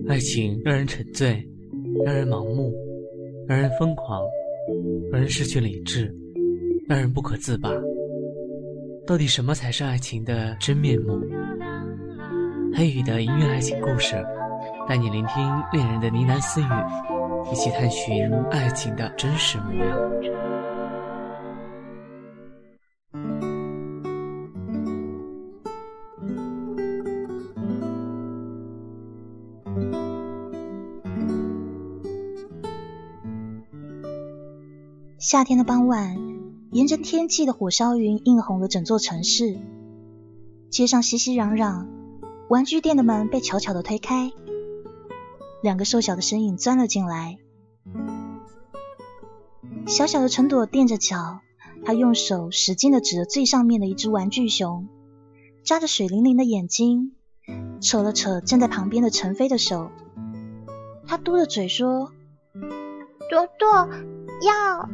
爱情让人沉醉，让人盲目，让人疯狂，让人失去理智，让人不可自拔。到底什么才是爱情的真面目？黑羽的音乐爱情故事，带你聆听恋人的呢喃私语，一起探寻爱情的真实模样。 夏天的傍晚，沿着天际的火烧云映红了整座城市。街上熙熙攘攘，玩具店的门被悄悄地推开，两个瘦小的身影钻了进来。小小的陈朵踮着脚，她用手使劲地指着最上面的一只玩具熊，眨着水灵灵的眼睛，扯了扯站在旁边的陈飞的手。她嘟着嘴说：朵朵要。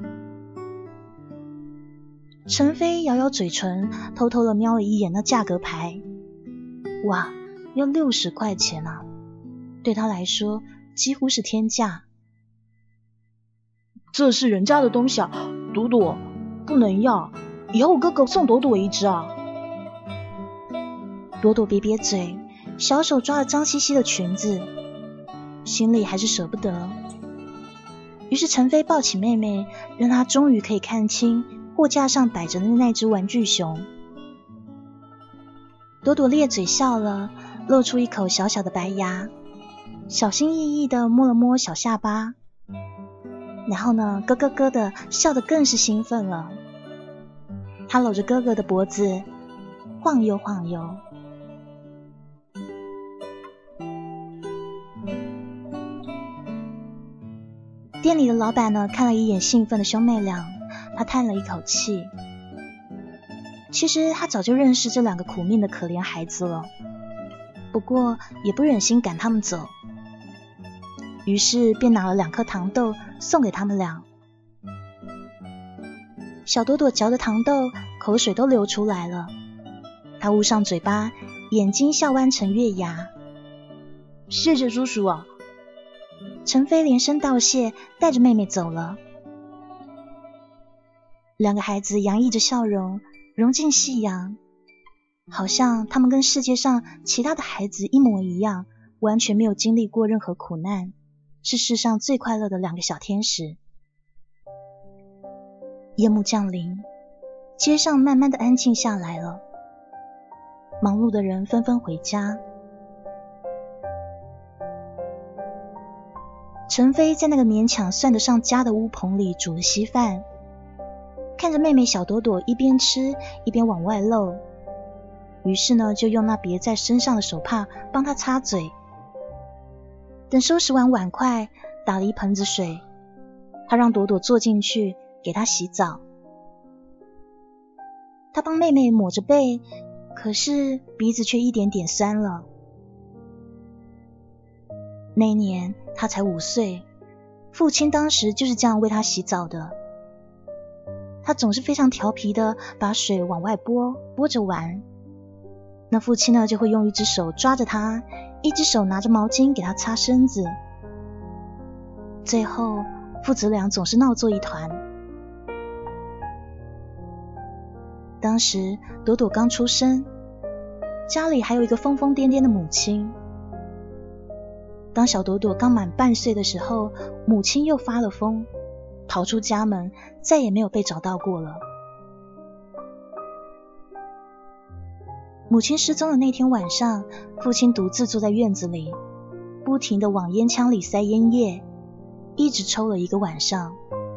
陈飞摇摇嘴唇，偷偷地瞄了一眼那价格牌。哇，要60块钱啊！对他来说几乎是天价。 这是人家的东西啊，朵朵不能要，以后哥哥送朵朵一只啊。 朵朵瘪瘪嘴，小手抓了脏兮兮的裙子，心里还是舍不得。于是陈飞抱起妹妹，让她终于可以看清货架上摆着的那只玩具熊。朵朵咧嘴笑了，露出一口小小的白牙，小心翼翼地摸了摸小下巴，然后呢，咯咯咯的笑得更是兴奋了。她搂着哥哥的脖子，晃悠晃悠。店里的老板呢，看了一眼兴奋的兄妹俩，他叹了一口气。其实他早就认识这两个苦命的可怜孩子了，不过也不忍心赶他们走，于是便拿了2颗糖豆送给他们俩。小朵朵嚼着糖豆，口水都流出来了，她捂上嘴巴，眼睛笑弯成月牙。 谢谢叔叔啊！ 陈飞连声道谢，带着妹妹走了。两个孩子洋溢着笑容，融进夕阳，好像他们跟世界上其他的孩子一模一样，完全没有经历过任何苦难，是世上最快乐的2个小天使。夜幕降临，街上慢慢的安静下来了，忙碌的人纷纷回家。陈飞在那个勉强算得上家的屋棚里煮了稀饭，看着妹妹小朵朵一边吃一边往外漏，于是呢就用那别在身上的手帕帮她擦嘴。等收拾完碗筷，打了一盆子水，他让朵朵坐进去给她洗澡。他帮妹妹抹着背，可是鼻子却一点点酸了。那一年他才5岁，父亲当时就是这样为他洗澡的。他总是非常调皮的把水往外拨着玩，那父亲呢就会用一只手抓着他，一只手拿着毛巾给他擦身子。最后父子俩总是闹作一团。当时朵朵刚出生，家里还有一个疯疯癫癫的母亲。当小朵朵刚满半岁的时候，母亲又发了疯，逃出家门，再也没有被找到过了。母亲失踪的那天晚上，父亲独自坐在院子里，不停地往烟枪里塞烟叶，一直抽了1个晚上。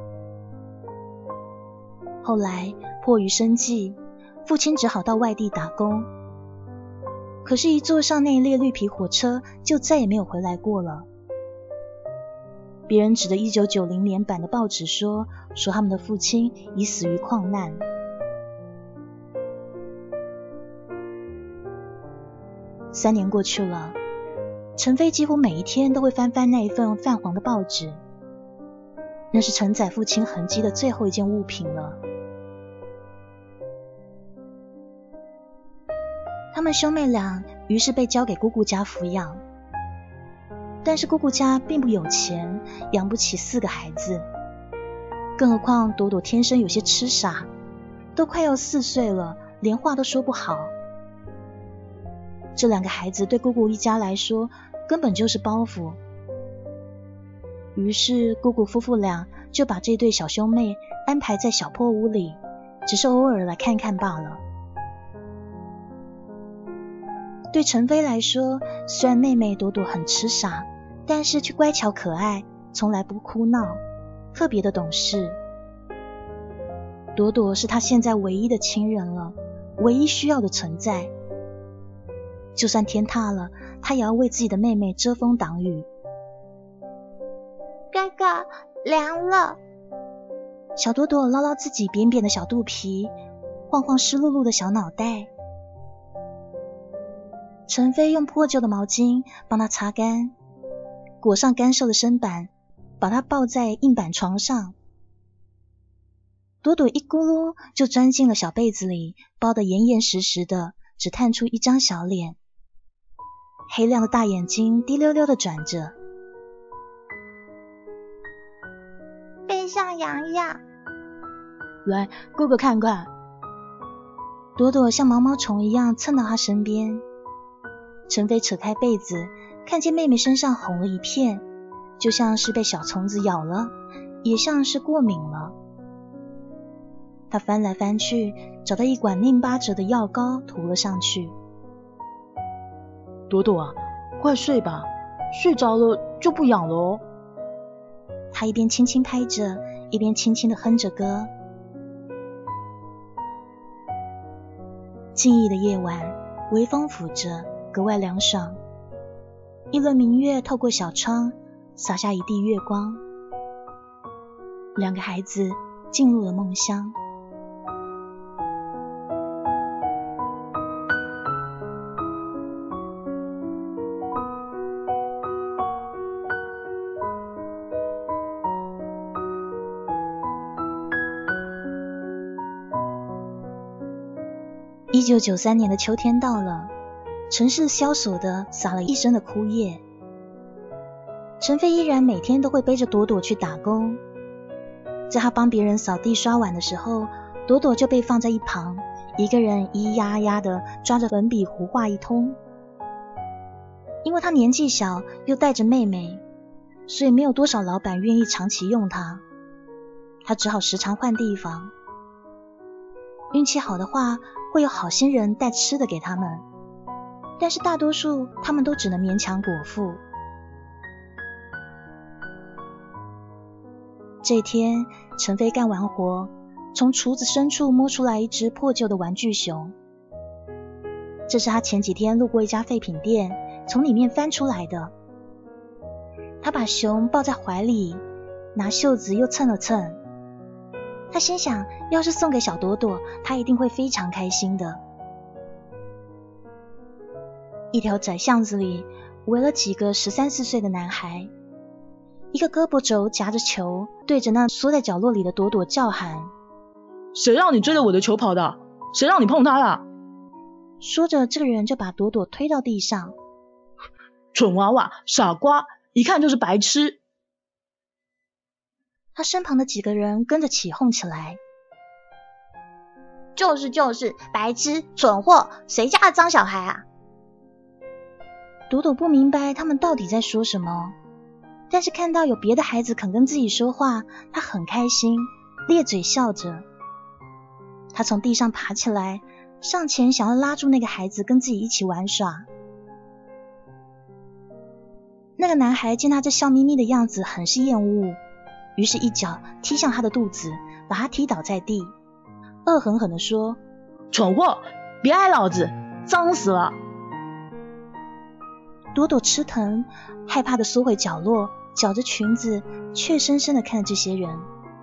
后来迫于生计，父亲只好到外地打工，可是一坐上那一列绿皮火车，就再也没有回来过了。别人指着1990年版的报纸说他们的父亲已死于矿难。3年过去了，陈飞几乎每一天都会翻那一份泛黄的报纸，那是承载父亲痕迹的最后一件物品了。他们兄妹俩于是被交给姑姑家抚养。 但是姑姑家并不有钱，养不起4个孩子，更何况朵朵天生有些痴傻，都快要4岁了，连话都说不好。这2个孩子对姑姑一家来说根本就是包袱。于是姑姑夫妇俩就把这对小兄妹安排在小破屋里，只是偶尔来看看罢了。对陈飞来说，虽然妹妹朵朵很痴傻，但是却乖巧可爱，从来不哭闹，特别的懂事。朵朵是他现在唯一的亲人了，唯一需要的存在。就算天塌了，他也要为自己的妹妹遮风挡雨。 哥哥，凉了。 小朵朵捞捞自己扁扁的小肚皮，晃晃湿漉漉的小脑袋。陈飞用破旧的毛巾帮她擦干，裹上干瘦的身板，把她抱在硬板床上。朵朵一咕噜就钻进了小被子里，包得严严实实的，只探出一张小脸，黑亮的大眼睛滴溜溜的转着。 背上痒痒， 来，哥哥看看。 朵朵像毛毛虫一样蹭到他身边。陈飞扯开被子，看见妹妹身上红了一片，就像是被小虫子咬了，也像是过敏了。他翻来翻去，找到一管拧巴着的药膏涂了上去。 朵朵啊，快睡吧，睡着了就不痒了哦。 他一边轻轻拍着，一边轻轻地哼着歌。静谧的夜晚，微风拂着，格外凉爽。一轮明月透过小窗，洒下一地月光。2个孩子进入了梦乡。1993年的秋天到了，城市萧索的洒了一身的枯叶。陈飞依然每天都会背着朵朵去打工，在他帮别人扫地刷碗的时候，朵朵就被放在一旁，一个人咿咿呀呀的抓着粉笔胡画一通。因为他年纪小，又带着妹妹，所以没有多少老板愿意长期用他，他只好时常换地方。运气好的话，会有好心人带吃的给他们，但是大多数他们都只能勉强果腹。这天，陈飞干完活，从厨子深处摸出来一只破旧的玩具熊。这是他前几天路过一家废品店，从里面翻出来的。他把熊抱在怀里，拿袖子又蹭了蹭。他心想，要是送给小朵朵，他一定会非常开心的。一条窄巷子里，围了几个13、14岁的男孩，一个胳膊肘夹着球，对着那缩在角落里的朵朵叫喊： 谁让你追着我的球跑的？谁让你碰它的？ 说着，这个人就把朵朵推到地上。 蠢娃娃，傻瓜，一看就是白痴。 他身旁的几个人跟着起哄起来。 就是，白痴，蠢货，谁家的脏小孩啊？ 朵朵不明白他们到底在说什么，但是看到有别的孩子肯跟自己说话，他很开心，咧嘴笑着。他从地上爬起来，上前想要拉住那个孩子跟自己一起玩耍。那个男孩见他这笑眯眯的样子很是厌恶，于是一脚踢向他的肚子，把他踢倒在地，恶狠狠地说： 蠢货，别挨老子，脏死了。 朵朵吃疼，害怕地缩回角落，绞着裙子，怯生生地看着这些人。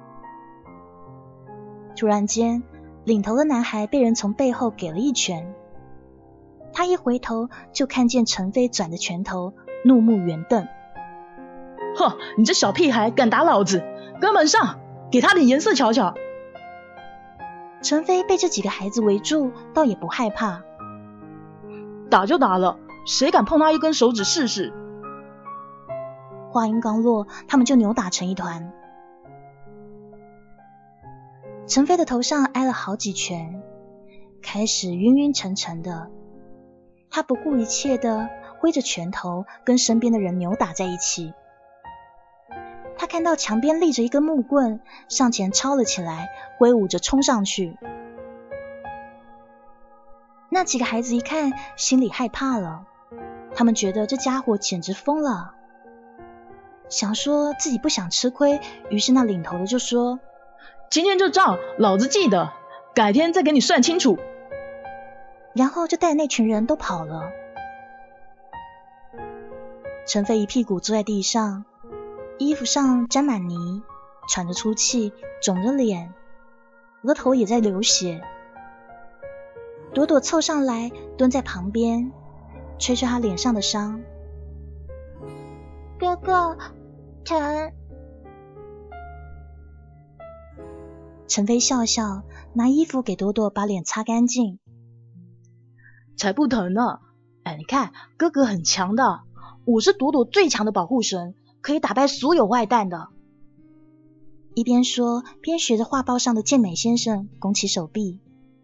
突然间，领头的男孩被人从背后给了一拳。他一回头就看见陈飞攥着拳头，怒目圆瞪。 哼，你这小屁孩敢打老子，跟门上，给他点颜色瞧瞧。 陈飞被这几个孩子围住，倒也不害怕。 打就打了，谁敢碰他一根手指试试？ 话音刚落，他们就扭打成一团。陈飞的头上挨了好几拳，开始晕晕沉沉的。他不顾一切的挥着拳头跟身边的人扭打在一起。他看到墙边立着一根木棍，上前抄了起来，挥舞着冲上去。那几个孩子一看，心里害怕了，他们觉得这家伙简直疯了，想说自己不想吃亏，于是那领头的就说： 今天这账老子记得，改天再给你算清楚。 然后就带那群人都跑了。陈飞一屁股坐在地上，衣服上沾满泥，喘着粗气，肿着脸，额头也在流血。朵朵凑上来，蹲在旁边，吹吹他脸上的伤。 哥哥，疼。 陈飞笑笑，拿衣服给朵朵把脸擦干净。 才不疼呢！哎，你看，哥哥很强的，我是朵朵最强的保护神，可以打败所有坏蛋的。 一边说，边学着画报上的健美先生拱起手臂。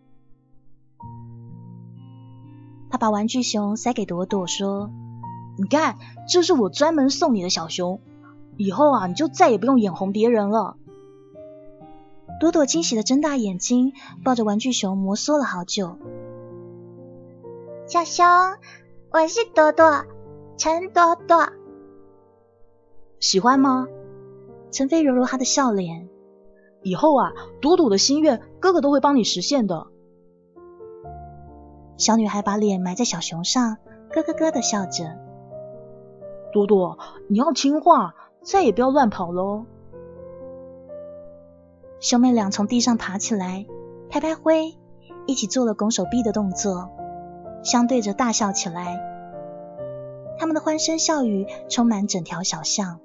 他把玩具熊塞给朵朵，说： 你看，这是我专门送你的小熊，以后啊，你就再也不用眼红别人了。 朵朵惊喜的睁大眼睛，抱着玩具熊摩挲了好久。 小熊，我是朵朵，陈朵朵。 喜欢吗？ 陈飞揉揉他的笑脸。 以后啊，朵朵的心愿，哥哥都会帮你实现的。 小女孩把脸埋在小熊上，咯咯咯的笑着。 朵朵，你要听话，再也不要乱跑咯。 兄妹俩从地上爬起来，拍拍灰，一起做了拱手臂的动作，相对着大笑起来。他们的欢声笑语充满整条小巷。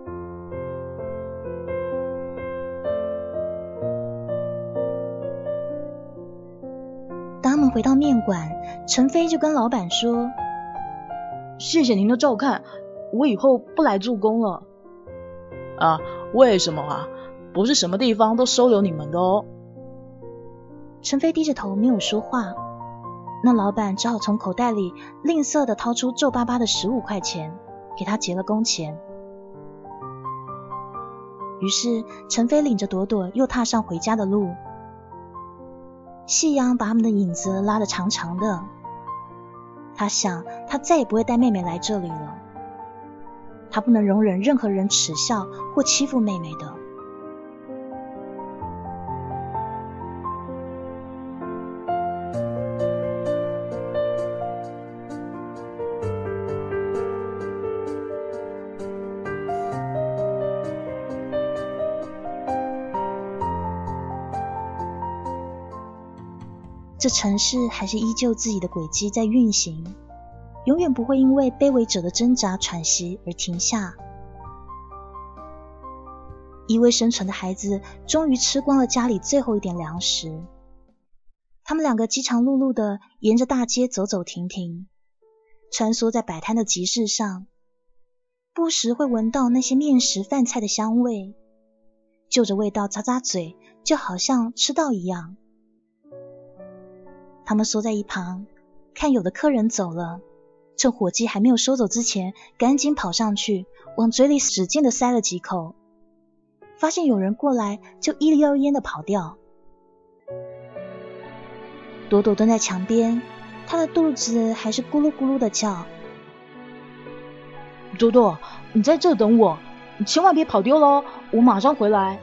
当他们回到面馆，陈飞就跟老板说： 谢谢您的照看，我以后不来做工了。啊，为什么啊？不是什么地方都收留你们的哦。 陈飞低着头没有说话，那老板只好从口袋里吝啬地掏出皱巴巴的15块钱，给他结了工钱。于是陈飞领着朵朵又踏上回家的路。夕阳把他们的影子拉得长长的，他想他再也不会带妹妹来这里了，他不能容忍任何人耻笑或欺负妹妹的。这城市还是依旧自己的轨迹在运行，永远不会因为卑微者的挣扎喘息而停下。一味生存的孩子终于吃光了家里最后一点粮食，他们两个饥肠辘辘地沿着大街走走停停，穿梭在摆摊的集市上，不时会闻到那些面食饭菜的香味，就着味道咂咂嘴，就好像吃到一样。他们缩在一旁，看有的客人走了，趁伙计还没有收走之前，赶紧跑上去，往嘴里使劲地塞了几口。发现有人过来，就一溜烟地跑掉。朵朵蹲在墙边，她的肚子还是咕噜咕噜地叫。 朵朵，你在这等我，你千万别跑丢咯，我马上回来。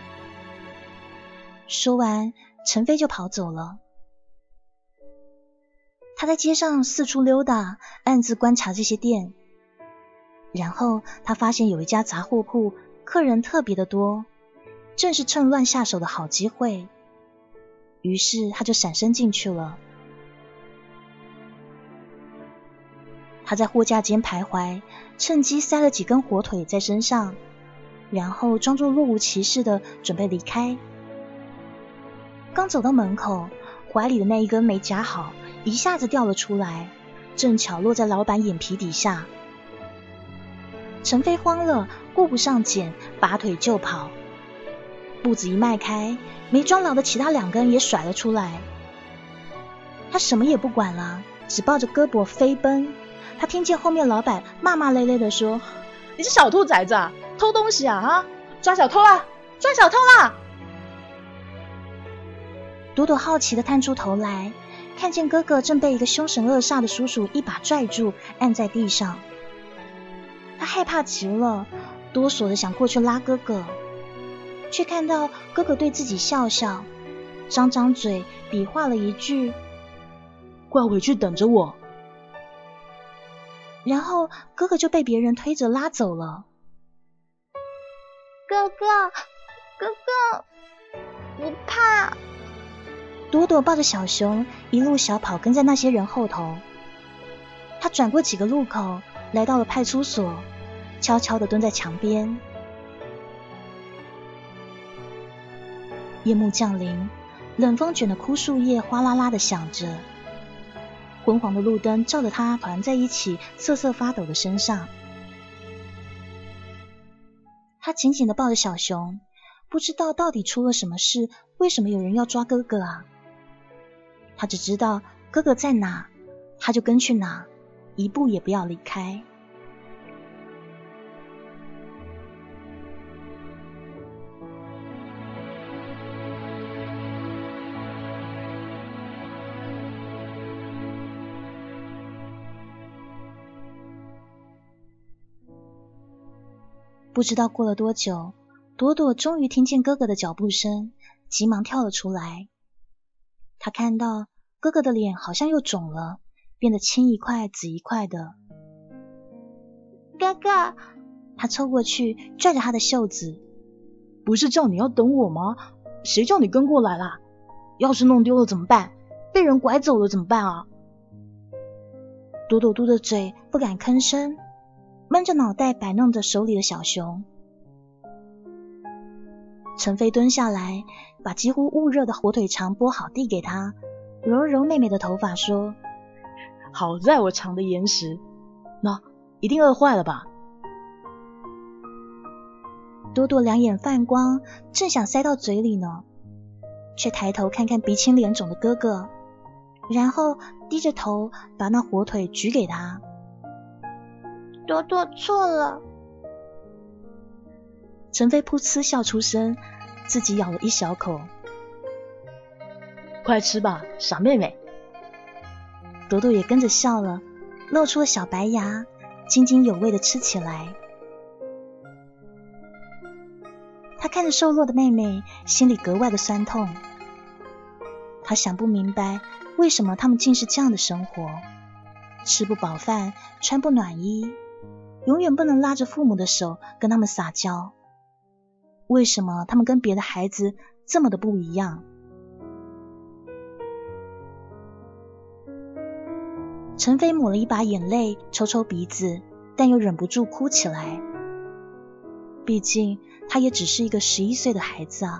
说完，陈飞就跑走了。他在街上四处溜达，暗自观察这些店。然后他发现有一家杂货铺，客人特别的多，正是趁乱下手的好机会。于是他就闪身进去了。他在货架间徘徊，趁机塞了几根火腿在身上，然后装作若无其事的准备离开。刚走到门口，怀里的那一根没夹好，一下子掉了出来，正巧落在老板眼皮底下。 陈飞慌了，顾不上捡，拔腿就跑。步子一迈开，没装牢的其他2根也甩了出来。他什么也不管了，只抱着胳膊飞奔。他听见后面老板骂骂咧咧的说：“ 你是小兔崽子啊，偷东西啊，抓小偷啦，抓小偷啦！” 朵朵好奇的探出头来，看见哥哥正被一个凶神恶煞的叔叔一把拽住，按在地上。他害怕极了，哆嗦的想过去拉哥哥，却看到哥哥对自己笑笑，张张嘴比划了一句：“ 快回去等着我。” 然后哥哥就被别人推着拉走了。 哥哥，我怕。 朵朵抱着小熊一路小跑跟在那些人后头。他转过几个路口，来到了派出所，悄悄地蹲在墙边。夜幕降临，冷风卷的枯树叶哗啦啦地响着，昏黄的路灯照着他团在一起瑟瑟发抖的身上。他紧紧地抱着小熊，不知道到底出了什么事，为什么有人要抓哥哥啊？他只知道哥哥在哪，他就跟去哪，一步也不要离开。不知道过了多久，朵朵终于听见哥哥的脚步声，急忙跳了出来。他看到哥哥的脸好像又肿了，变得青一块紫一块的。 哥哥， 他凑过去拽着他的袖子：“ 不是叫你要等我吗？谁叫你跟过来啦？要是弄丢了怎么办？被人拐走了怎么办啊？” 朵朵嘟着嘴不敢吭声，闷着脑袋摆弄着手里的小熊。陈飞蹲下来，把几乎焐热的火腿肠剥好递给他，揉揉妹妹的头发说：“ 好在我藏的严实，那一定饿坏了吧？” 朵朵两眼泛光，正想塞到嘴里呢，却抬头看看鼻青脸肿的哥哥，然后低着头把那火腿举给他。 朵朵错了。 陈飞噗嗤笑出声，自己咬了一小口。 快吃吧，傻妹妹。 朵朵也跟着笑了，露出了小白牙，津津有味地吃起来。他看着瘦弱的妹妹，心里格外的酸痛。他想不明白，为什么他们竟是这样的生活，吃不饱饭，穿不暖衣，永远不能拉着父母的手跟他们撒娇。为什么他们跟别的孩子这么的不一样？陈飞抹了一把眼泪，抽抽鼻子，但又忍不住哭起来。毕竟他也只是一个11岁的孩子啊。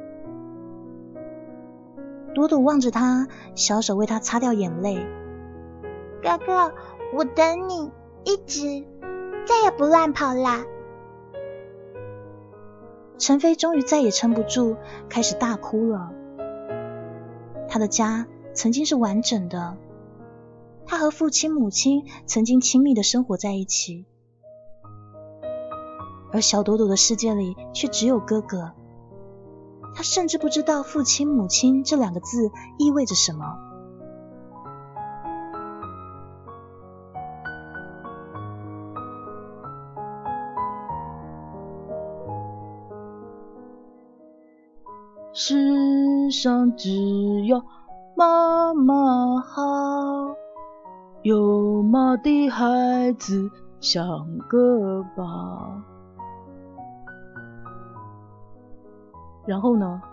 朵朵望着他，小手为他擦掉眼泪。 哥哥，我等你，一直，再也不乱跑啦。 陈飞终于再也撑不住，开始大哭了。他的家曾经是完整的，他和父亲母亲曾经亲密的生活在一起，而小朵朵的世界里却只有哥哥。他甚至不知道父亲母亲这2个字意味着什么。 世上只有妈妈好，有妈的孩子像个宝。然后呢？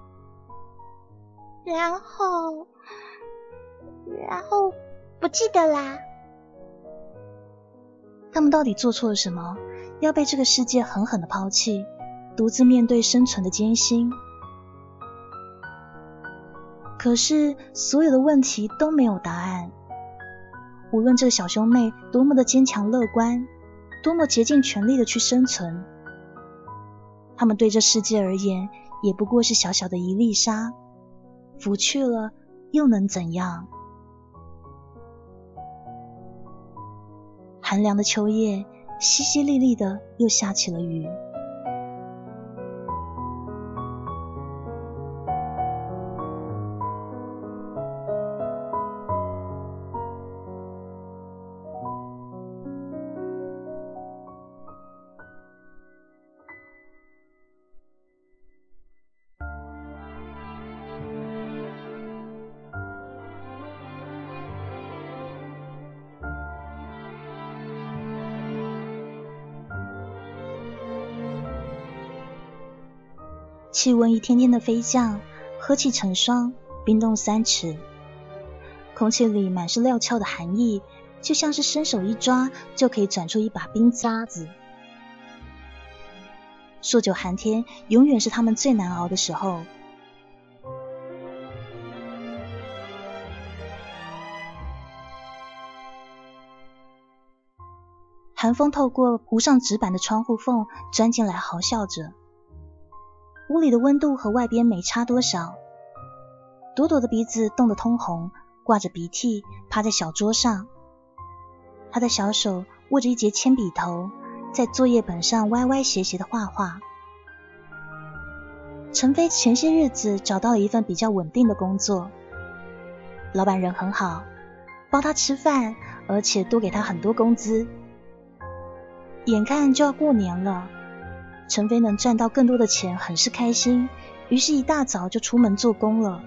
然后不记得啦。 他们到底做错了什么，要被这个世界狠狠的抛弃，独自面对生存的艰辛？可是所有的问题都没有答案。无论这个小兄妹多么的坚强乐观， 多么竭尽全力的去生存。他们对这世界而言也不过是小小的一粒沙，拂去了又能怎样？寒凉的秋夜，淅淅沥沥的又下起了雨。气温一天天的飞降，和气成霜，冰冻3尺。空气里满是料峭的寒意，就像是伸手一抓就可以转出一把冰渣子。朔9寒天永远是他们最难熬的时候。寒风透过糊上纸板的窗户缝钻进来，嚎笑着。屋里的温度和外边没差多少。朵朵的鼻子冻得通红，挂着鼻涕，趴在小桌上。她的小手握着一截铅笔头，在作业本上歪歪斜斜的画画。陈飞前些日子找到了一份比较稳定的工作，老板人很好，包他吃饭，而且多给他很多工资。眼看就要过年了，陈飞能赚到更多的钱，很是开心，于是一大早就出门做工了。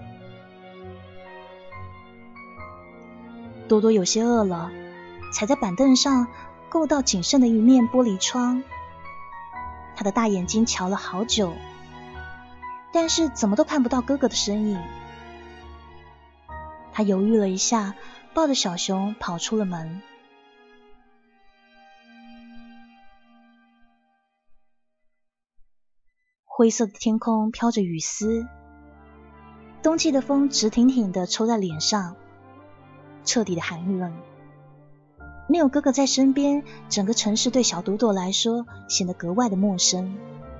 多多有些饿了，踩在板凳上，够到仅剩的一面玻璃窗。他的大眼睛瞧了好久，但是怎么都看不到哥哥的身影。他犹豫了一下，抱着小熊跑出了门。灰色的天空飘着雨丝，冬季的风直挺挺地抽在脸上，彻底的寒冷。没有哥哥在身边，整个城市对小朵朵来说显得格外的陌生。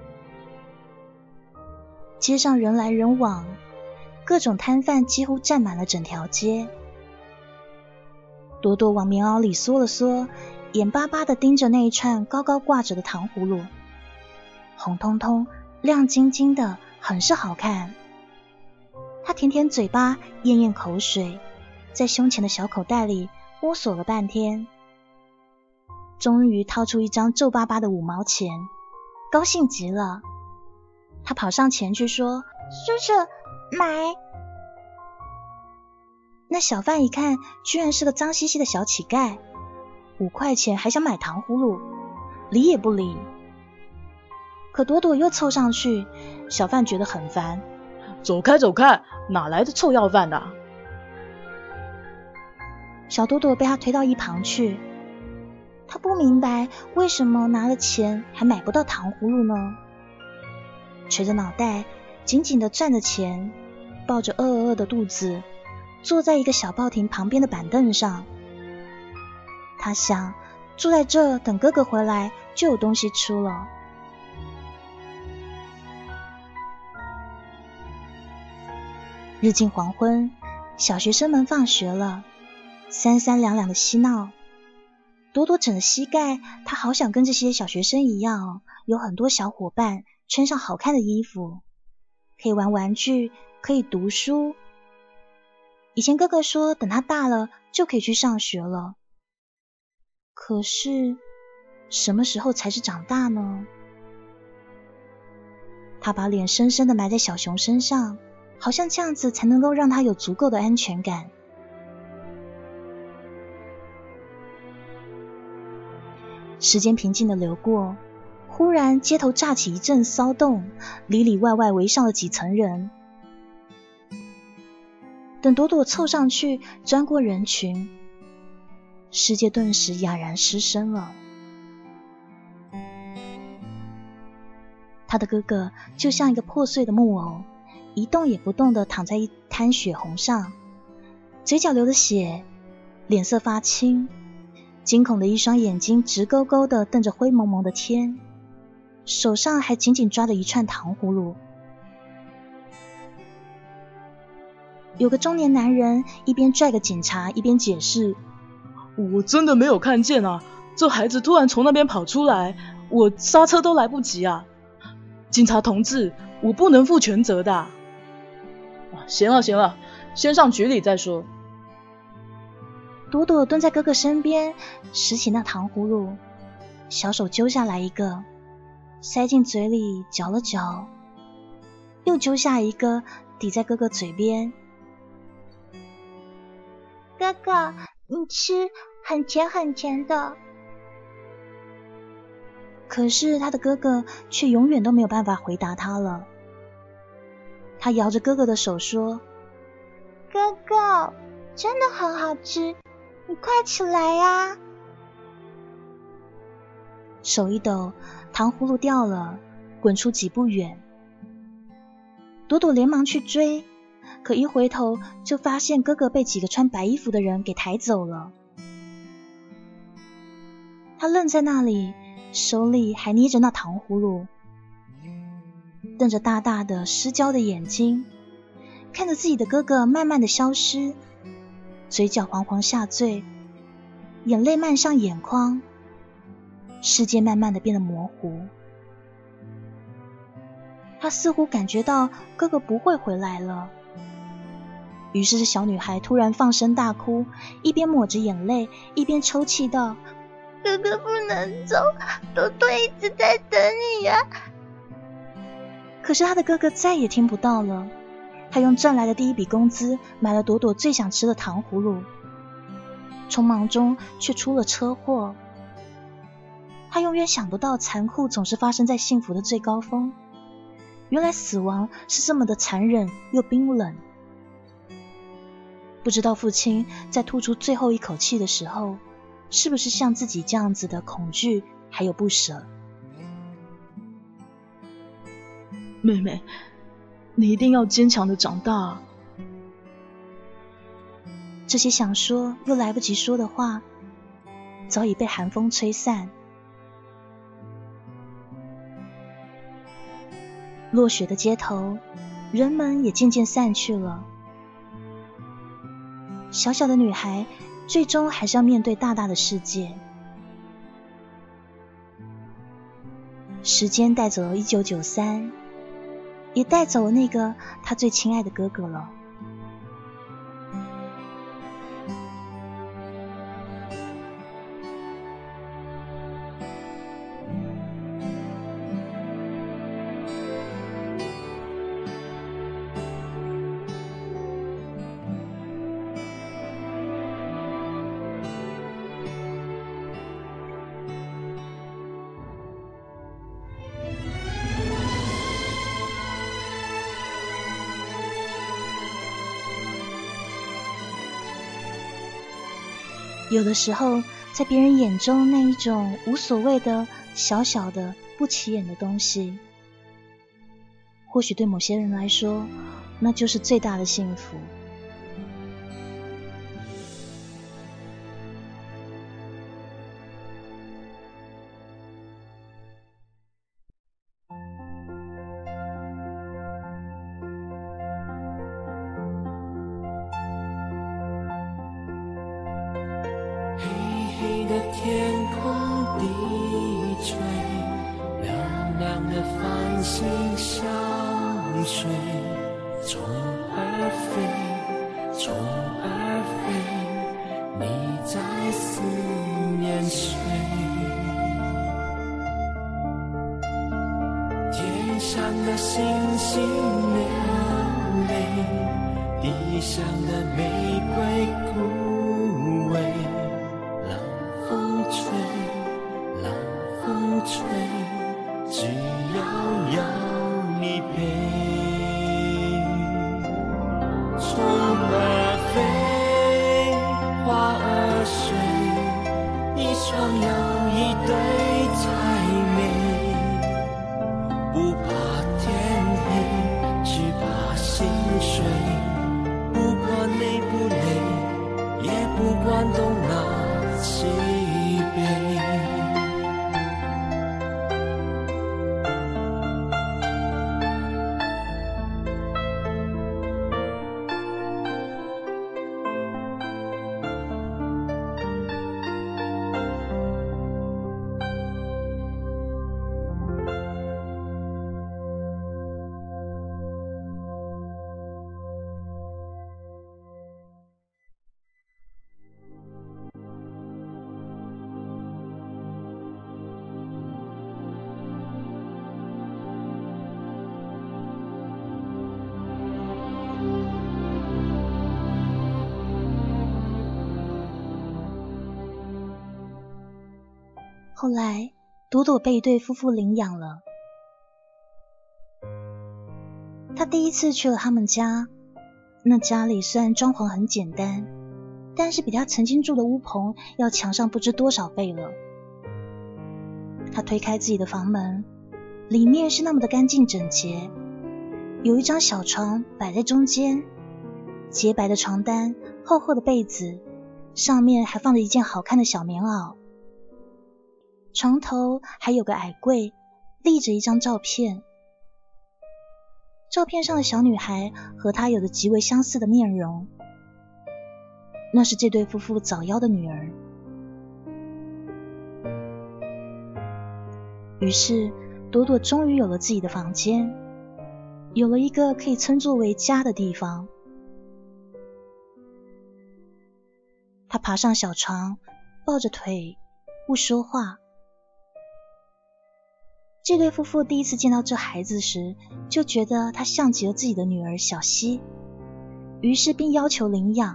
街上人来人往，各种摊贩几乎占满了整条街。朵朵往棉袄里缩了缩，眼巴巴地盯着那一串高高挂着的糖葫芦，红彤彤亮晶晶的，很是好看。他舔舔嘴巴，咽咽口水，在胸前的小口袋里摸索了半天，终于掏出一张皱巴巴的5毛钱，高兴极了。他跑上前去说：“ 叔叔，买。” 那小贩一看，居然是个脏兮兮的小乞丐，5块钱还想买糖葫芦，理也不理。可朵朵又凑上去，小贩觉得很烦， 走开走开，哪来的臭要饭的？ 小朵朵被他推到一旁去。他不明白为什么拿了钱还买不到糖葫芦呢？垂着脑袋，紧紧地攥着钱，抱着饿的肚子，坐在一个小报亭旁边的板凳上。他想，坐在这等哥哥回来就有东西吃了。日近黄昏，小学生们放学了，三三两两的嬉闹。朵朵枕着膝盖，她好想跟这些小学生一样，有很多小伙伴，穿上好看的衣服，可以玩玩具，可以读书。以前哥哥说等他大了就可以去上学了，可是什么时候才是长大呢？他把脸深深地埋在小熊身上，好像这样子才能够让他有足够的安全感。时间平静地流过，忽然街头炸起一阵骚动，里里外外围上了几层人。等朵朵凑上去，钻过人群，世界顿时哑然失声了。他的哥哥就像一个破碎的木偶，一动也不动地躺在一滩血红上，嘴角流着血，脸色发青， 惊恐的一双眼睛直勾勾地瞪着灰蒙蒙的天，手上还紧紧抓着一串糖葫芦。有个中年男人一边拽个警察一边解释： 我真的没有看见啊，这孩子突然从那边跑出来，我刹车都来不及啊！警察同志，我不能负全责的啊。行了，先上局里再说。 朵朵蹲在哥哥身边，拾起那糖葫芦，小手揪下来一个，塞进嘴里嚼了嚼，又揪下一个抵在哥哥嘴边。 哥哥，你吃，很甜很甜的。 可是他的哥哥却永远都没有办法回答他了。他摇着哥哥的手说： 哥哥，真的很好吃，你快起来呀！ 手一抖，糖葫芦掉了，滚出几步远。朵朵连忙去追，可一回头就发现哥哥被几个穿白衣服的人给抬走了。他愣在那里，手里还捏着那糖葫芦，瞪着大大的失焦的眼睛，看着自己的哥哥慢慢的消失，嘴角黄黄下坠，眼泪漫上眼眶，世界慢慢的变得模糊。他似乎感觉到哥哥不会回来了，于是这小女孩突然放声大哭，一边抹着眼泪，一边抽泣道： 哥哥不能走，朵朵一直在等你呀。 可是他的哥哥再也听不到了，他用赚来的第一笔工资买了朵朵最想吃的糖葫芦，匆忙中却出了车祸。他永远想不到残酷总是发生在幸福的最高峰，原来死亡是这么的残忍又冰冷。不知道父亲在吐出最后一口气的时候，是不是像自己这样子的恐惧还有不舍。 妹妹，你一定要坚强的长大。 这些想说又来不及说的话，早已被寒风吹散。落雪的街头，人们也渐渐散去了。小小的女孩最终还是要面对大大的世界。时间带走了1993，也带走了那个她最亲爱的哥哥了。有的时候，在别人眼中那一种无所谓的小小的不起眼的东西，或许对某些人来说，那就是最大的幸福。 黑的天空低垂，亮亮的繁星相随，虫儿飞，虫儿飞，你在思念谁？天上的星星流泪，地上的玫瑰枯萎。吹，只要你陪。虫儿飞，花儿睡，一双又一对才美。不怕天黑，只怕心碎。不管累不累，也不管东拉西后来朵朵被一对夫妇领养了。他第一次去了他们家，那家里虽然装潢很简单，但是比他曾经住的屋棚要强上不知多少倍了。他推开自己的房门，里面是那么的干净整洁，有一张小床摆在中间，洁白的床单，厚厚的被子，上面还放着一件好看的小棉袄。床头还有个矮柜，立着一张照片。照片上的小女孩和她有着极为相似的面容，那是这对夫妇早夭的女儿。于是朵朵终于有了自己的房间，有了一个可以称作为家的地方。她爬上小床，抱着腿，不说话。这对夫妇第一次见到这孩子时，就觉得他像极了自己的女儿小希，于是并要求领养。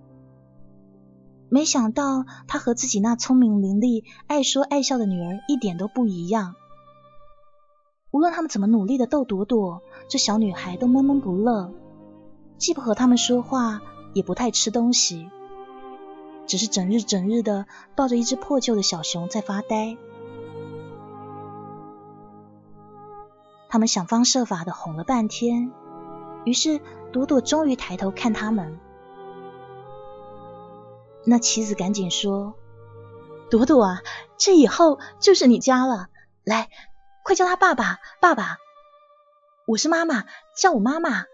没想到他和自己那聪明伶俐、爱说爱笑的女儿一点都不一样。无论他们怎么努力的逗朵朵，这小女孩都闷闷不乐，既不和他们说话，也不太吃东西，只是整日的抱着一只破旧的小熊在发呆。他们想方设法的哄了半天，于是朵朵终于抬头看他们。那妻子赶紧说：“朵朵啊，这以后就是你家了，来，快叫他爸爸，爸爸。我是妈妈，叫我妈妈。”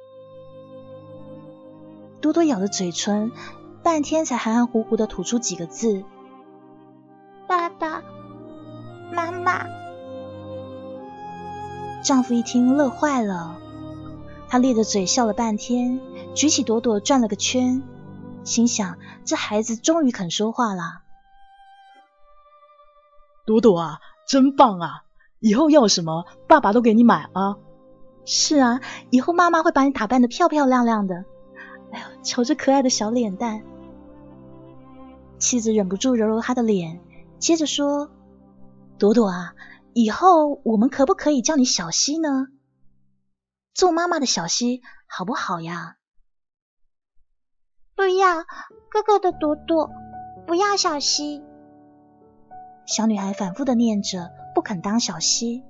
朵朵咬着嘴唇，半天才含含糊糊的吐出几个字：“ 爸爸，妈妈。” 丈夫一听乐坏了，他咧着嘴笑了半天，举起朵朵转了个圈，心想这孩子终于肯说话了。 朵朵啊，真棒啊，以后要什么爸爸都给你买啊。 是啊，以后妈妈会把你打扮得漂漂亮亮的。哎呦，瞧这可爱的小脸蛋。妻子忍不住揉揉他的脸，接着说：“朵朵啊，以后我们可不可以叫你小希呢？做妈妈的小希好不好呀？”“ 不要，哥哥的朵朵，不要小希。” 小女孩反复的念着，不肯当小希。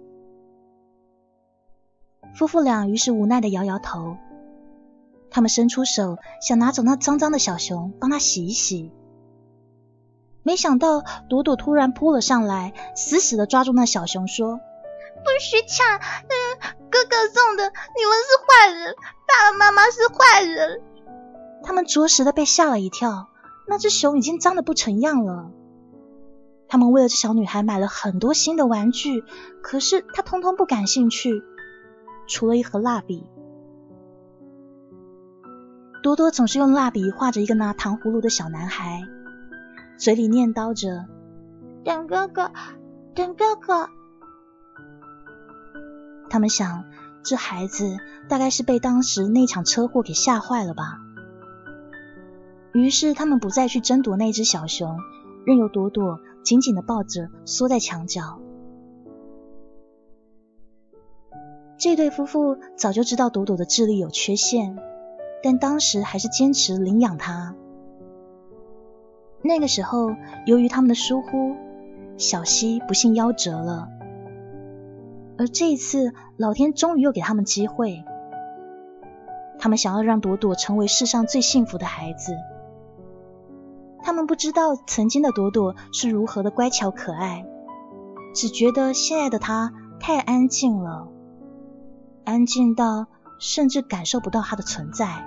夫妇俩于是无奈的摇摇头，他们伸出手想拿走那脏脏的小熊，帮他洗一洗。没想到朵朵突然扑了上来，死死的抓住那小熊说：“ 不许抢，哥哥送的，你们是坏人，爸爸妈妈是坏人。” 他们着实的被吓了一跳，那只熊已经脏得不成样了。他们为了这小女孩买了很多新的玩具，可是她通通不感兴趣，除了一盒蜡笔。朵朵总是用蜡笔画着一个拿糖葫芦的小男孩，嘴里念叨着：“ 等哥哥，等哥哥。” 他们想，这孩子大概是被当时那场车祸给吓坏了吧。于是他们不再去争夺那只小熊，任由朵朵紧紧地抱着，缩在墙角。这对夫妇早就知道朵朵的智力有缺陷，但当时还是坚持领养她。那个时候，由于他们的疏忽，小希不幸夭折了。而这一次，老天终于又给他们机会。他们想要让朵朵成为世上最幸福的孩子。他们不知道曾经的朵朵是如何的乖巧可爱，只觉得现在的她太安静了，安静到甚至感受不到她的存在。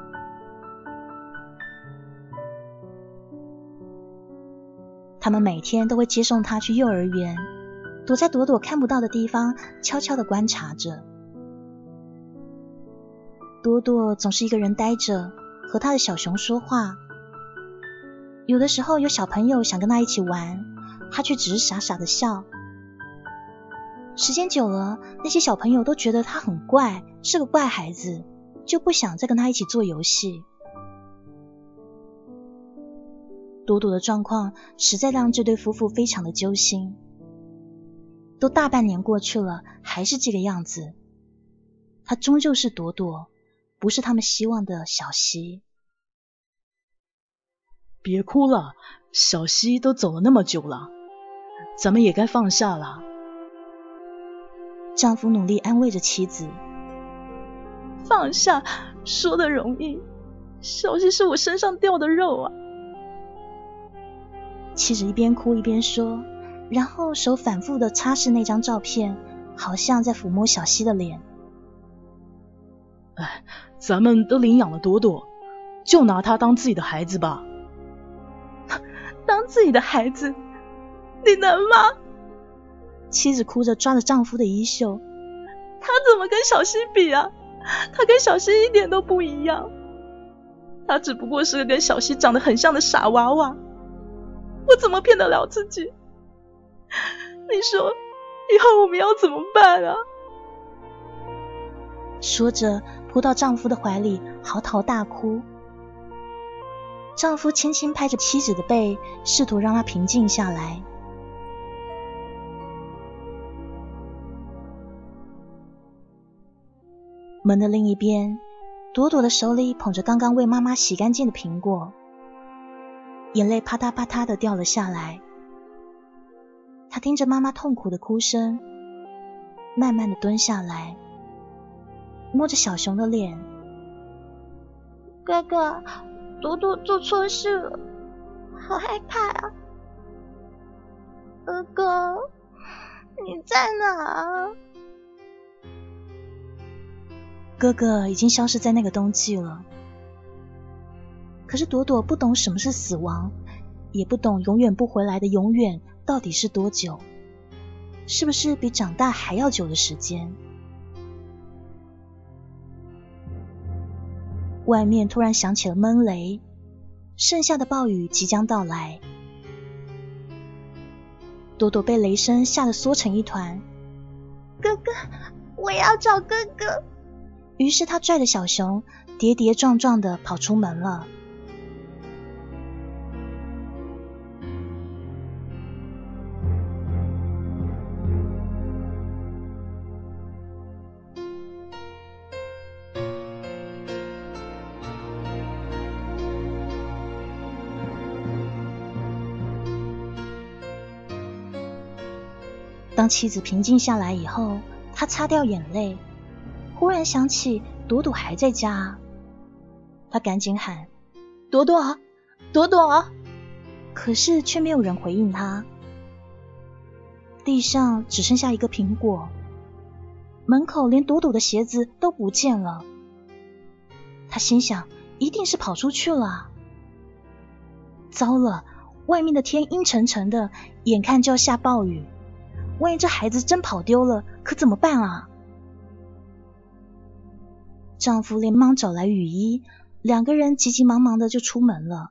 他们每天都会接送她去幼儿园，躲在朵朵看不到的地方，悄悄地观察着。朵朵总是一个人呆着，和她的小熊说话。有的时候有小朋友想跟她一起玩，她却只是傻傻的笑。时间久了，那些小朋友都觉得她很怪，是个怪孩子，就不想再跟她一起做游戏。 朵朵的状况实在让这对夫妇非常的揪心。都大半年过去了，还是这个样子。她终究是朵朵，不是他们希望的小溪。 别哭了，小溪都走了那么久了，咱们也该放下了。 丈夫努力安慰着妻子。 放下说的容易，小溪是我身上掉的肉啊。 妻子一边哭一边说，然后手反复地擦拭那张照片，好像在抚摸小溪的脸。 哎，咱们都领养了朵朵，就拿她当自己的孩子吧。当自己的孩子，你能吗？ 妻子哭着抓着丈夫的衣袖。 他怎么跟小溪比啊？他跟小溪一点都不一样，他只不过是个跟小溪长得很像的傻娃娃，我怎么骗得了自己？你说以后我们要怎么办啊？ 说着扑到丈夫的怀里嚎啕大哭。丈夫轻轻拍着妻子的背，试图让她平静下来。门的另一边，朵朵的手里捧着刚刚为妈妈洗干净的苹果，眼泪啪嗒啪嗒的掉了下来。她听着妈妈痛苦的哭声，慢慢的蹲下来，摸着小熊的脸。 哥哥，朵朵做错事了，好害怕啊！哥哥，你在哪？ 哥哥已经消失在那个冬季了。可是朵朵不懂什么是死亡，也不懂永远不回来的永远到底是多久，是不是比长大还要久的时间？外面突然响起了闷雷，盛夏的暴雨即将到来。朵朵被雷声吓得缩成一团。 哥哥，我要找哥哥。 于是她拽着小熊，跌跌撞撞地跑出门了。当妻子平静下来以后，他擦掉眼泪，忽然想起朵朵还在家，他赶紧喊：“朵朵，朵朵！”可是却没有人回应他。地上只剩下一个苹果，门口连朵朵的鞋子都不见了。他心想，一定是跑出去了。糟了，外面的天阴沉沉的，眼看就要下暴雨。万一这孩子真跑丢了，可怎么办啊？丈夫连忙找来雨衣，两个人急急忙忙的就出门了。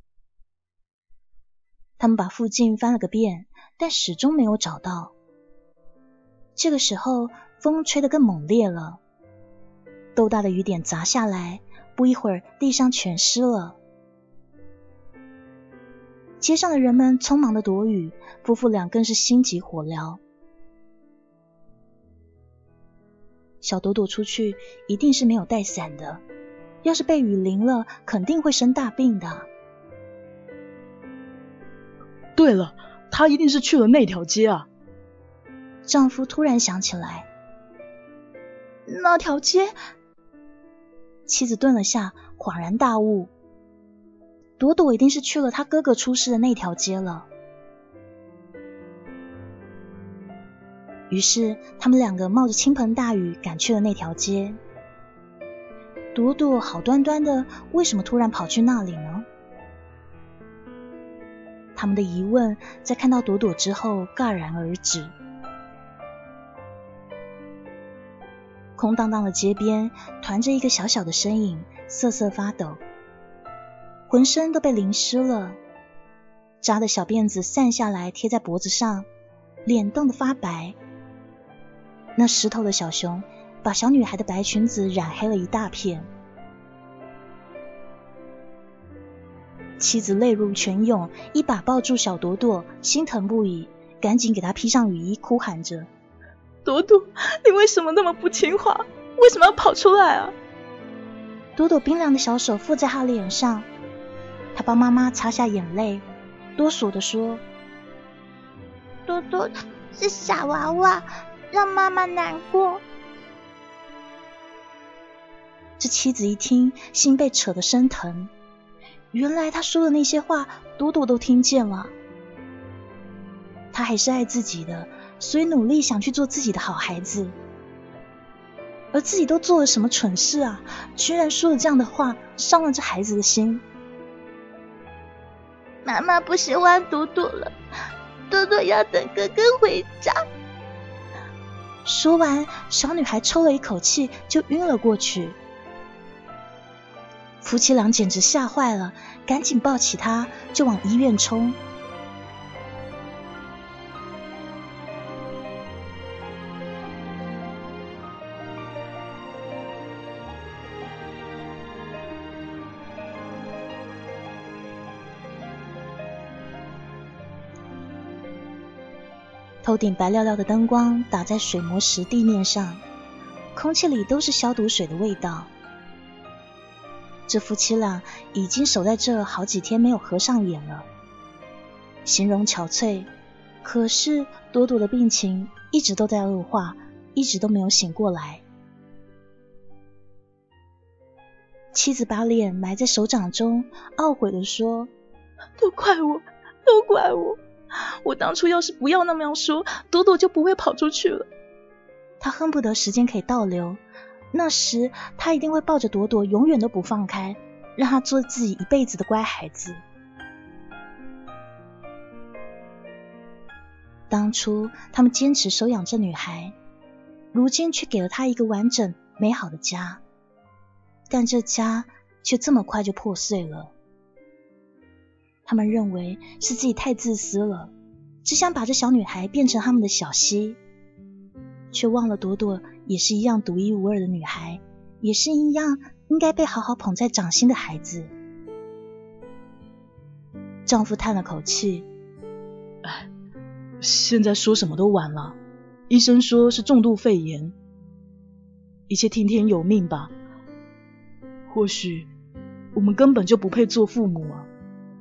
他们把附近翻了个遍，但始终没有找到。这个时候，风吹得更猛烈了，豆大的雨点砸下来，不一会儿地上全湿了。街上的人们匆忙的躲雨，夫妇俩更是心急火燎。小朵朵出去一定是没有带伞的，要是被雨淋了，肯定会生大病的。 对了，她一定是去了那条街啊！ 丈夫突然想起来， 那条街？ 妻子顿了下，恍然大悟。朵朵一定是去了他哥哥出事的那条街了。于是他们两个冒着倾盆大雨赶去了那条街。朵朵好端端的，为什么突然跑去那里呢？他们的疑问在看到朵朵之后戛然而止。空荡荡的街边团着一个小小的身影，瑟瑟发抖，浑身都被淋湿了，扎的小辫子散下来贴在脖子上，脸冻得发白。那湿透的小熊把小女孩的白裙子染黑了一大片。 妻子泪如泉涌，一把抱住小朵朵，心疼不已，赶紧给她披上雨衣，哭喊着： 朵朵，你为什么那么不听话？为什么要跑出来啊？ 朵朵冰凉的小手附在她脸上，她帮妈妈擦下眼泪，哆嗦地说： 朵朵是傻娃娃，让妈妈难过。 这妻子一听，心被扯得生疼。原来他说的那些话，朵朵都听见了。他还是爱自己的，所以努力想去做自己的好孩子。而自己都做了什么蠢事啊？居然说了这样的话，伤了这孩子的心。 妈妈不喜欢朵朵了，朵朵要等哥哥回家。 说完，小女孩抽了一口气，就晕了过去。夫妻俩简直吓坏了，赶紧抱起她就往医院冲。头顶白亮亮的灯光打在水磨石地面上，空气里都是消毒水的味道。这夫妻俩已经守在这好几天没有合上眼了，形容憔悴。可是朵朵的病情一直都在恶化，一直都没有醒过来。妻子把脸埋在手掌中，懊悔地说： 都怪我，都怪我！我当初要是不要那么样说，朵朵就不会跑出去了。 他恨不得时间可以倒流，那时他一定会抱着朵朵永远都不放开，让她做自己一辈子的乖孩子。当初他们坚持收养这女孩，如今却给了她一个完整美好的家，但这家却这么快就破碎了。他们认为是自己太自私了，只想把这小女孩变成他们的小溪，却忘了朵朵也是一样独一无二的女孩，也是一样应该被好好捧在掌心的孩子。丈夫叹了口气： 现在说什么都晚了，医生说是重度肺炎，一切听天由命吧。或许我们根本就不配做父母啊。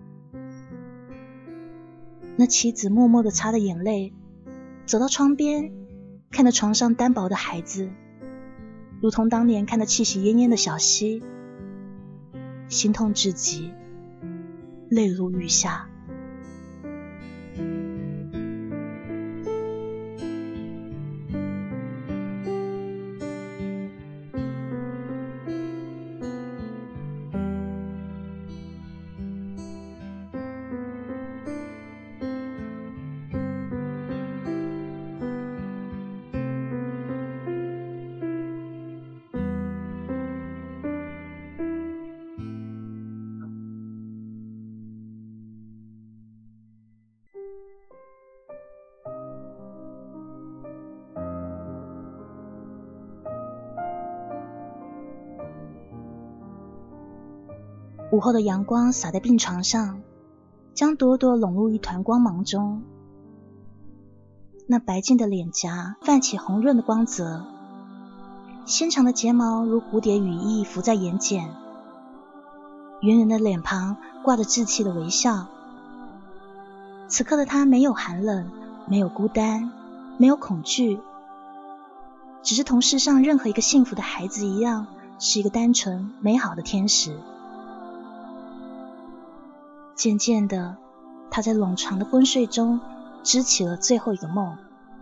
那妻子默默地擦着眼泪，走到窗边，看着床上单薄的孩子，如同当年看着气息奄奄的小溪，心痛至极，泪如雨下。午后的阳光洒在病床上，将朵朵笼入一团光芒中。那白净的脸颊泛起红润的光泽，纤长的睫毛如蝴蝶羽翼浮在眼睑，圆圆的脸庞挂着稚气的微笑。此刻的她没有寒冷，没有孤单，没有恐惧，只是同世上任何一个幸福的孩子一样，是一个单纯美好的天使。渐渐的，他在冗长的昏睡中织起了最后一个梦。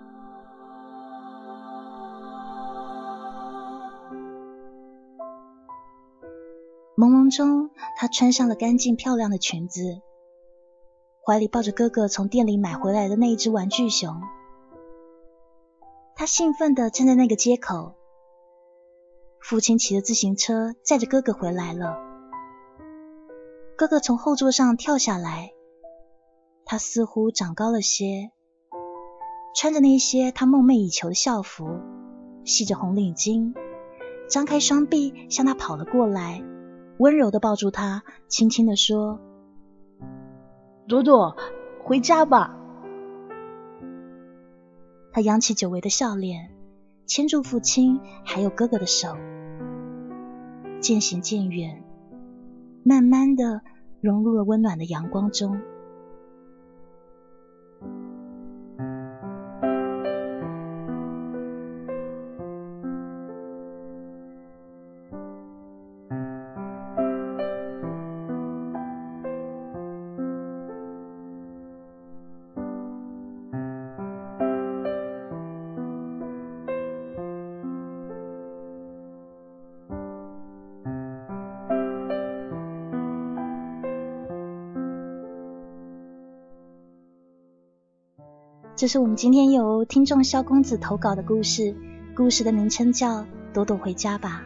朦胧中，她穿上了干净漂亮的裙子，怀里抱着哥哥从店里买回来的那一只玩具熊。她兴奋地站在那个街口，父亲骑着自行车载着哥哥回来了。哥哥从后座上跳下来，他似乎长高了些，穿着那些他梦寐以求的校服，系着红领巾，张开双臂向他跑了过来，温柔地抱住他，轻轻地说： 朵朵，回家吧。 他扬起久违的笑脸，牵住父亲还有哥哥的手，渐行渐远，慢慢的融入了温暖的阳光中。这是我们今天由听众萧公子投稿的故事，故事的名称叫《朵朵回家吧》。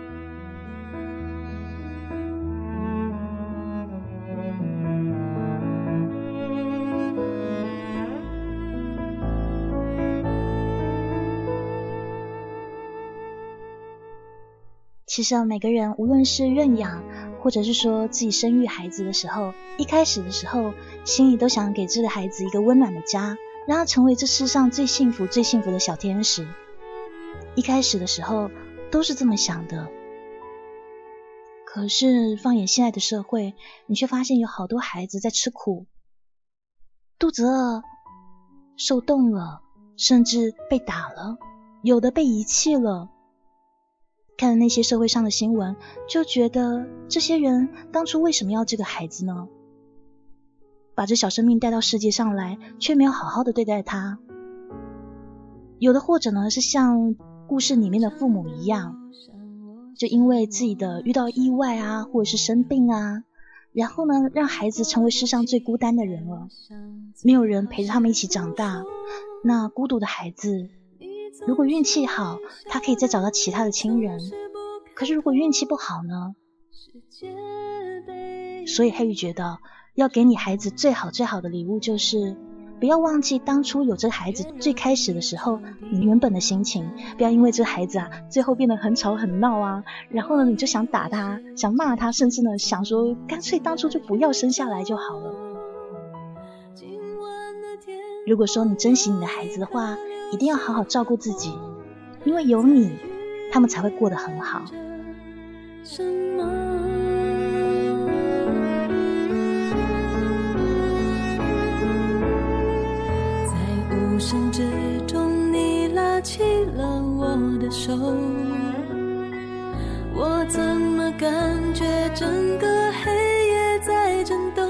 其实每个人无论是认养或者是说自己生育孩子的时候，一开始的时候心里都想给这个孩子一个温暖的家，让他成为这世上最幸福最幸福的小天使。一开始的时候都是这么想的。可是放眼现在的社会，你却发现有好多孩子在吃苦，肚子饿，受冻了，甚至被打了，有的被遗弃了。看了那些社会上的新闻，就觉得这些人当初为什么要这个孩子呢？把这小生命带到世界上来，却没有好好的对待他。有的或者呢，是像故事里面的父母一样，就因为自己的遇到意外啊，或者是生病啊，然后呢，让孩子成为世上最孤单的人了，没有人陪着他们一起长大。那孤独的孩子，如果运气好，他可以再找到其他的亲人，可是如果运气不好呢？所以黑羽觉得要给你孩子最好最好的礼物，就是不要忘记当初有这个孩子最开始的时候你原本的心情，不要因为这个孩子最后变得很吵很闹啊，然后呢你就想打他，想骂他，甚至呢想说干脆当初就不要生下来就好了。如果说你珍惜你的孩子的话，一定要好好照顾自己，因为有你，他们才会过得很好。 什么？在无声之中，你拉起了我的手，我怎么感觉整个黑夜在震动？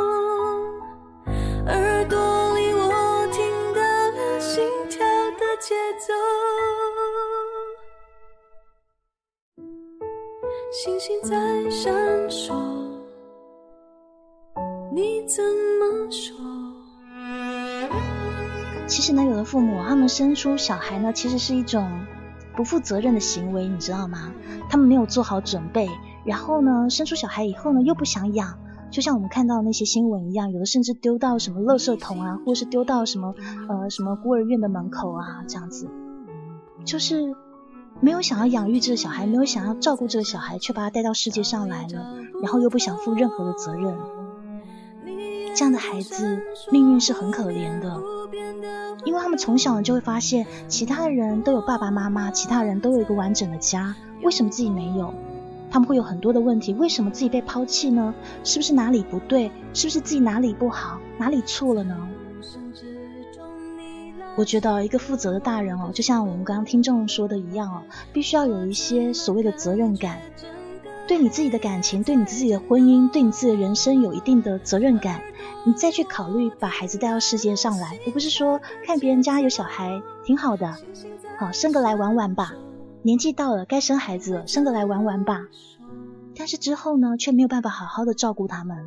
耳朵里我听到了心跳的节奏，星星在闪烁，你怎么说？ 其实呢，有的父母他们生出小孩呢，其实是一种不负责任的行为，你知道吗？他们没有做好准备，然后呢，生出小孩以后呢，又不想养。就像我们看到那些新闻一样，有的甚至丢到什么垃圾桶啊，或是丢到什么孤儿院的门口啊，这样子，就是没有想要养育这个小孩，没有想要照顾这个小孩，却把他带到世界上来了，然后又不想负任何的责任。这样的孩子命运是很可怜的，因为他们从小就会发现其他人都有爸爸妈妈，其他人都有一个完整的家，为什么自己没有？他们会有很多的问题，为什么自己被抛弃呢？是不是哪里不对？是不是自己哪里不好？哪里错了呢？我觉得一个负责的大人就像我们刚刚听众说的一样必须要有一些所谓的责任感，对你自己的感情，对你自己的婚姻，对你自己的人生有一定的责任感，你再去考虑把孩子带到世界上来，而不是说看别人家有小孩挺好的，好生个来玩玩吧，年纪到了该生孩子了，生个来玩玩吧，但是之后呢，却没有办法好好的照顾他们。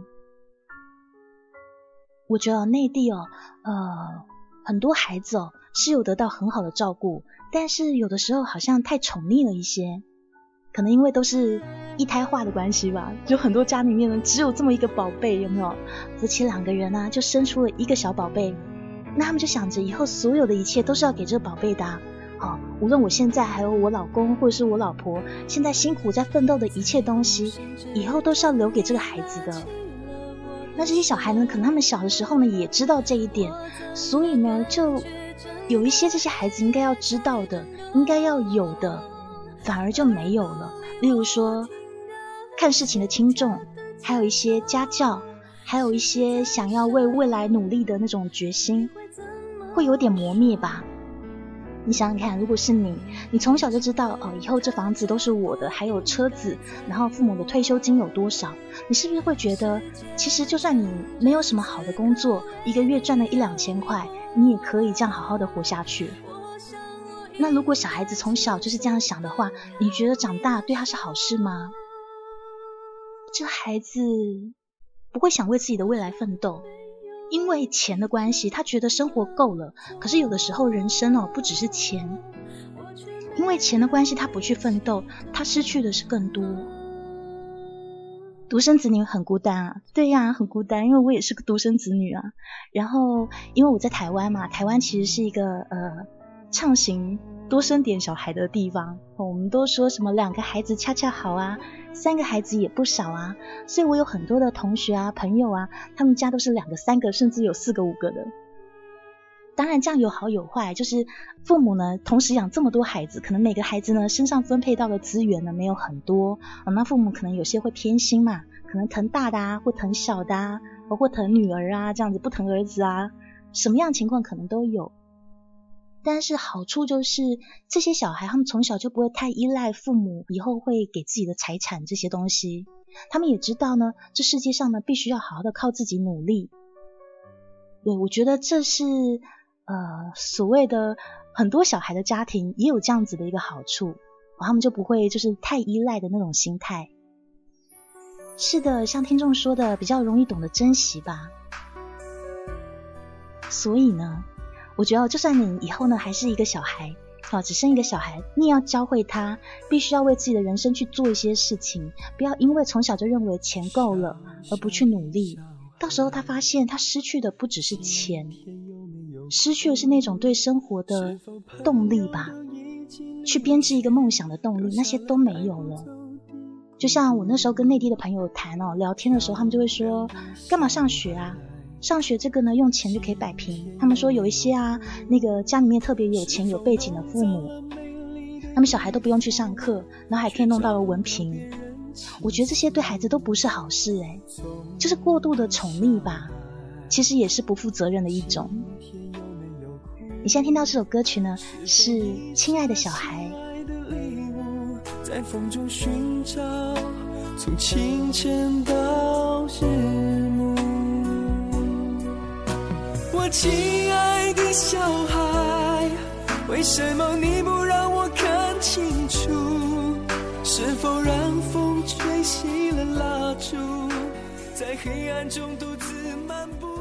我觉得内地很多孩子是有得到很好的照顾，但是有的时候好像太宠溺了一些，可能因为都是一胎化的关系吧，就很多家里面呢只有这么一个宝贝，有没有？夫妻2个人就生出了一个小宝贝，那他们就想着以后所有的一切都是要给这个宝贝的无论我现在还有我老公或者是我老婆现在辛苦在奋斗的一切东西，以后都是要留给这个孩子的。 那这些小孩呢，可能他们小的时候呢也知道这一点，所以呢就有一些这些孩子应该要知道的，应该要有的，反而就没有了。例如说看事情的轻重，还有一些家教，还有一些想要为未来努力的那种决心，会有点磨灭吧。你想想看，如果是你从小就知道以后这房子都是我的，还有车子，然后父母的退休金有多少，你是不是会觉得其实就算你没有什么好的工作，一个月赚了1-2千块，你也可以这样好好的活下去。那如果小孩子从小就是这样想的话，你觉得长大对他是好事吗？这孩子不会想为自己的未来奋斗，因为钱的关系，他觉得生活够了。可是有的时候人生不只是钱，因为钱的关系他不去奋斗，他失去的是更多。独生子女很孤单啊，对呀，很孤单，因为我也是个独生子女啊。然后因为我在台湾嘛，台湾其实是一个畅行多生点小孩的地方，我们都说什么2个孩子恰恰好啊，3个孩子也不少啊，所以我有很多的同学啊朋友啊，他们家都是2个3个甚至有4个5个的。当然这样有好有坏，就是父母呢同时养这么多孩子，可能每个孩子呢身上分配到的资源呢没有很多，那父母可能有些会偏心嘛，可能疼大的啊，或疼小的啊，或疼女儿啊，这样子不疼儿子啊，什么样的情况可能都有。但是好处就是这些小孩他们从小就不会太依赖父母以后会给自己的财产这些东西，他们也知道呢这世界上呢必须要好好的靠自己努力。对，我觉得这是所谓的很多小孩的家庭也有这样子的一个好处，他们就不会就是太依赖的那种心态。是的，像听众说的比较容易懂得珍惜吧。所以呢我觉得就算你以后呢还是一个小孩，只生一个小孩，你也要教会他必须要为自己的人生去做一些事情，不要因为从小就认为钱够了而不去努力，到时候他发现他失去的不只是钱，失去的是那种对生活的动力吧，去编织一个梦想的动力，那些都没有了。就像我那时候跟内地的朋友谈聊天的时候，他们就会说干嘛上学啊，上学这个呢用钱就可以摆平。他们说有一些那个家里面特别有钱有背景的父母，他们小孩都不用去上课，然后还可以弄到了文凭。我觉得这些对孩子都不是好事就是过度的宠溺吧，其实也是不负责任的一种。你现在听到这首歌曲呢是《亲爱的小孩》。 在风中寻找，从清晨到日暮。我亲爱的小孩，为什么你不让我看清楚？是否让风吹熄了蜡烛，在黑暗中独自漫步？